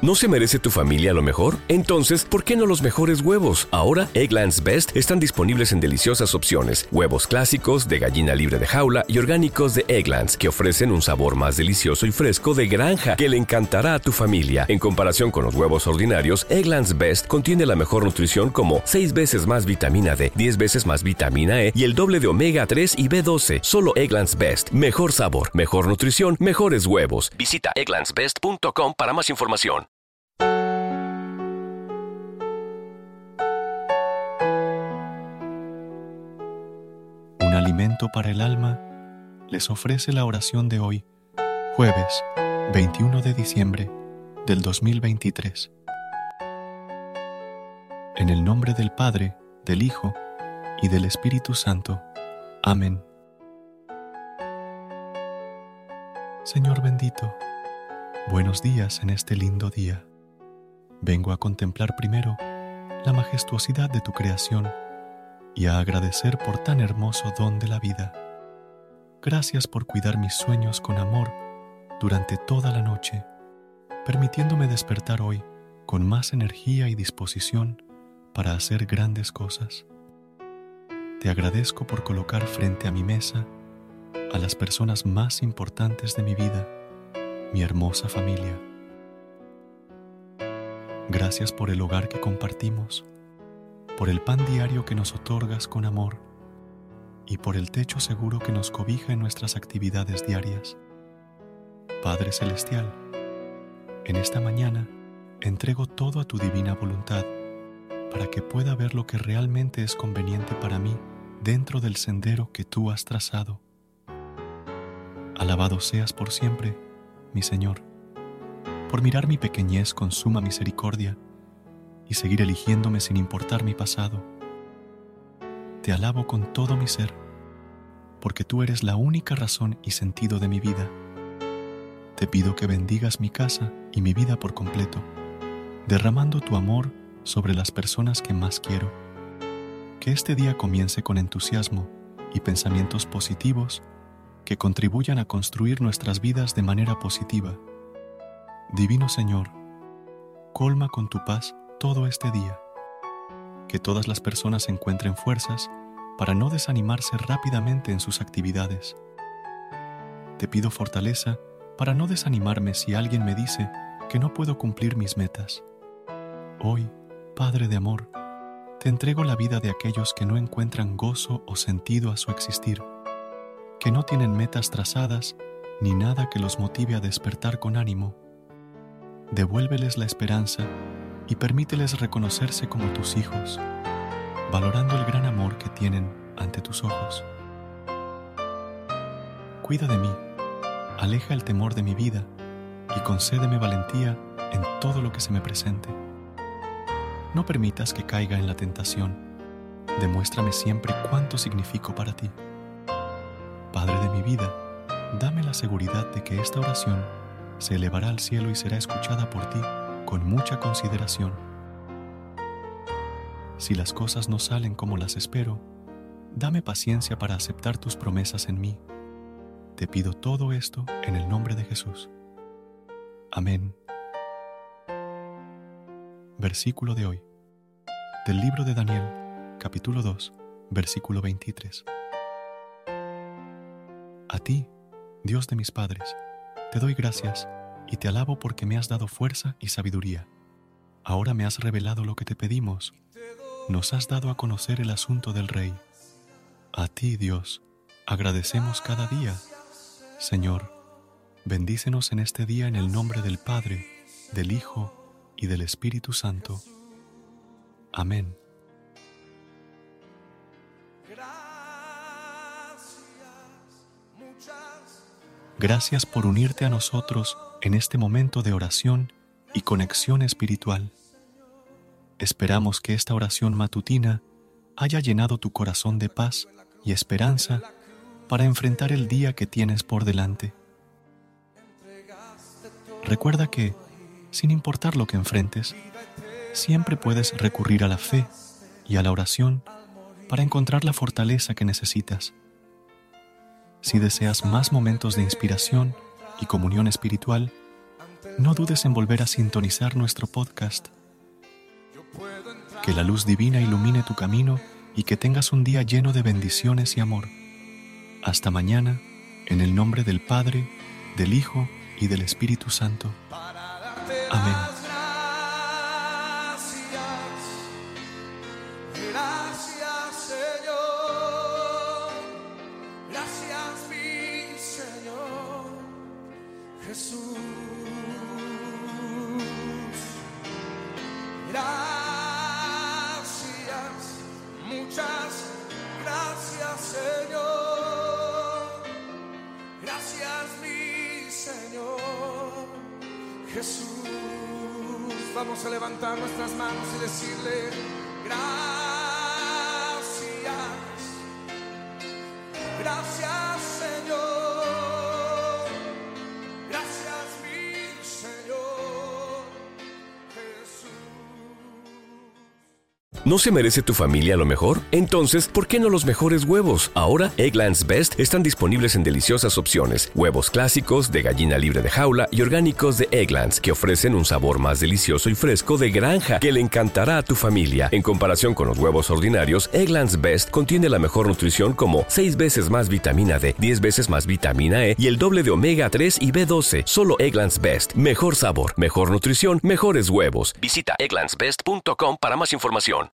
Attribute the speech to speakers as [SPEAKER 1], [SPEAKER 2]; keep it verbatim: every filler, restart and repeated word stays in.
[SPEAKER 1] ¿No se merece tu familia lo mejor? Entonces, ¿por qué no los mejores huevos? Ahora, Eggland's Best están disponibles en deliciosas opciones. Huevos clásicos, de gallina libre de jaula y orgánicos de Eggland's, que ofrecen un sabor más delicioso y fresco de granja que le encantará a tu familia. En comparación con los huevos ordinarios, Eggland's Best contiene la mejor nutrición como seis veces más vitamina D, diez veces más vitamina E y el doble de omega tres y B doce. Solo Eggland's Best. Mejor sabor, mejor nutrición, mejores huevos. Visita egglands best punto com para más información.
[SPEAKER 2] Un alimento para el alma les ofrece la oración de hoy, jueves veintiuno de diciembre del dos mil veintitrés. En el nombre del Padre, del Hijo y del Espíritu Santo. Amén. Señor bendito, buenos días en este lindo día. Vengo a contemplar primero la majestuosidad de tu creación y a agradecer por tan hermoso don de la vida. Gracias por cuidar mis sueños con amor durante toda la noche, permitiéndome despertar hoy con más energía y disposición para hacer grandes cosas. Te agradezco por colocar frente a mi mesa a las personas más importantes de mi vida, mi hermosa familia. Gracias por el hogar que compartimos, por el pan diario que nos otorgas con amor y por el techo seguro que nos cobija en nuestras actividades diarias. Padre Celestial, en esta mañana entrego todo a tu divina voluntad para que pueda ver lo que realmente es conveniente para mí dentro del sendero que tú has trazado. Alabado seas por siempre, mi Señor, por mirar mi pequeñez con suma misericordia y seguir eligiéndome sin importar mi pasado. Te alabo con todo mi ser, porque tú eres la única razón y sentido de mi vida. Te pido que bendigas mi casa y mi vida por completo, derramando tu amor sobre las personas que más quiero. Que este día comience con entusiasmo y pensamientos positivos que contribuyan a construir nuestras vidas de manera positiva. Divino Señor, colma con tu paz todo este día. Que todas las personas encuentren fuerzas para no desanimarse rápidamente en sus actividades. Te pido fortaleza para no desanimarme si alguien me dice que no puedo cumplir mis metas. Hoy, Padre de amor, te entrego la vida de aquellos que no encuentran gozo o sentido a su existir, que no tienen metas trazadas ni nada que los motive a despertar con ánimo. Devuélveles la esperanza y permíteles reconocerse como tus hijos, valorando el gran amor que tienen ante tus ojos. Cuida de mí, aleja el temor de mi vida y concédeme valentía en todo lo que se me presente. No permitas que caiga en la tentación. Demuéstrame siempre cuánto significo para ti. Padre de mi vida, dame la seguridad de que esta oración se elevará al cielo y será escuchada por ti con mucha consideración. Si las cosas no salen como las espero, dame paciencia para aceptar tus promesas en mí. Te pido todo esto en el nombre de Jesús. Amén. Versículo de hoy, del libro de Daniel, capítulo dos, versículo veintitrés. A ti, Dios de mis padres, te doy gracias y te alabo porque me has dado fuerza y sabiduría. Ahora me has revelado lo que te pedimos. Nos has dado a conocer el asunto del Rey. A ti, Dios, agradecemos cada día. Señor, bendícenos en este día en el nombre del Padre, del Hijo y del Espíritu Santo. Amén. Gracias por unirte a nosotros en este momento de oración y conexión espiritual. Esperamos que esta oración matutina haya llenado tu corazón de paz y esperanza para enfrentar el día que tienes por delante. Recuerda que, sin importar lo que enfrentes, siempre puedes recurrir a la fe y a la oración para encontrar la fortaleza que necesitas. Si deseas más momentos de inspiración y comunión espiritual, no dudes en volver a sintonizar nuestro podcast. Que la luz divina ilumine tu camino y que tengas un día lleno de bendiciones y amor. Hasta mañana, en el nombre del Padre, del Hijo y del Espíritu Santo. Amén.
[SPEAKER 3] Gracias, Señor. Gracias, mi Señor Jesús. Gracias, muchas gracias, Señor. Gracias, mi Señor Jesús. Vamos a levantar nuestras manos y decirle: gracias, gracias, Señor. Gracias, mi Señor Jesús.
[SPEAKER 1] ¿No se merece tu familia lo mejor? Entonces, ¿por qué no los mejores huevos? Ahora, Eggland's Best están disponibles en deliciosas opciones. Huevos clásicos, de gallina libre de jaula y orgánicos de Eggland's, que ofrecen un sabor más delicioso y fresco de granja que le encantará a tu familia. En comparación con los huevos ordinarios, Eggland's Best contiene la mejor nutrición como seis veces más vitamina D, diez veces más vitamina E y el doble de omega tres y B doce. Solo Eggland's Best. Mejor sabor, mejor nutrición, mejores huevos. Visita egglands best punto com para más información.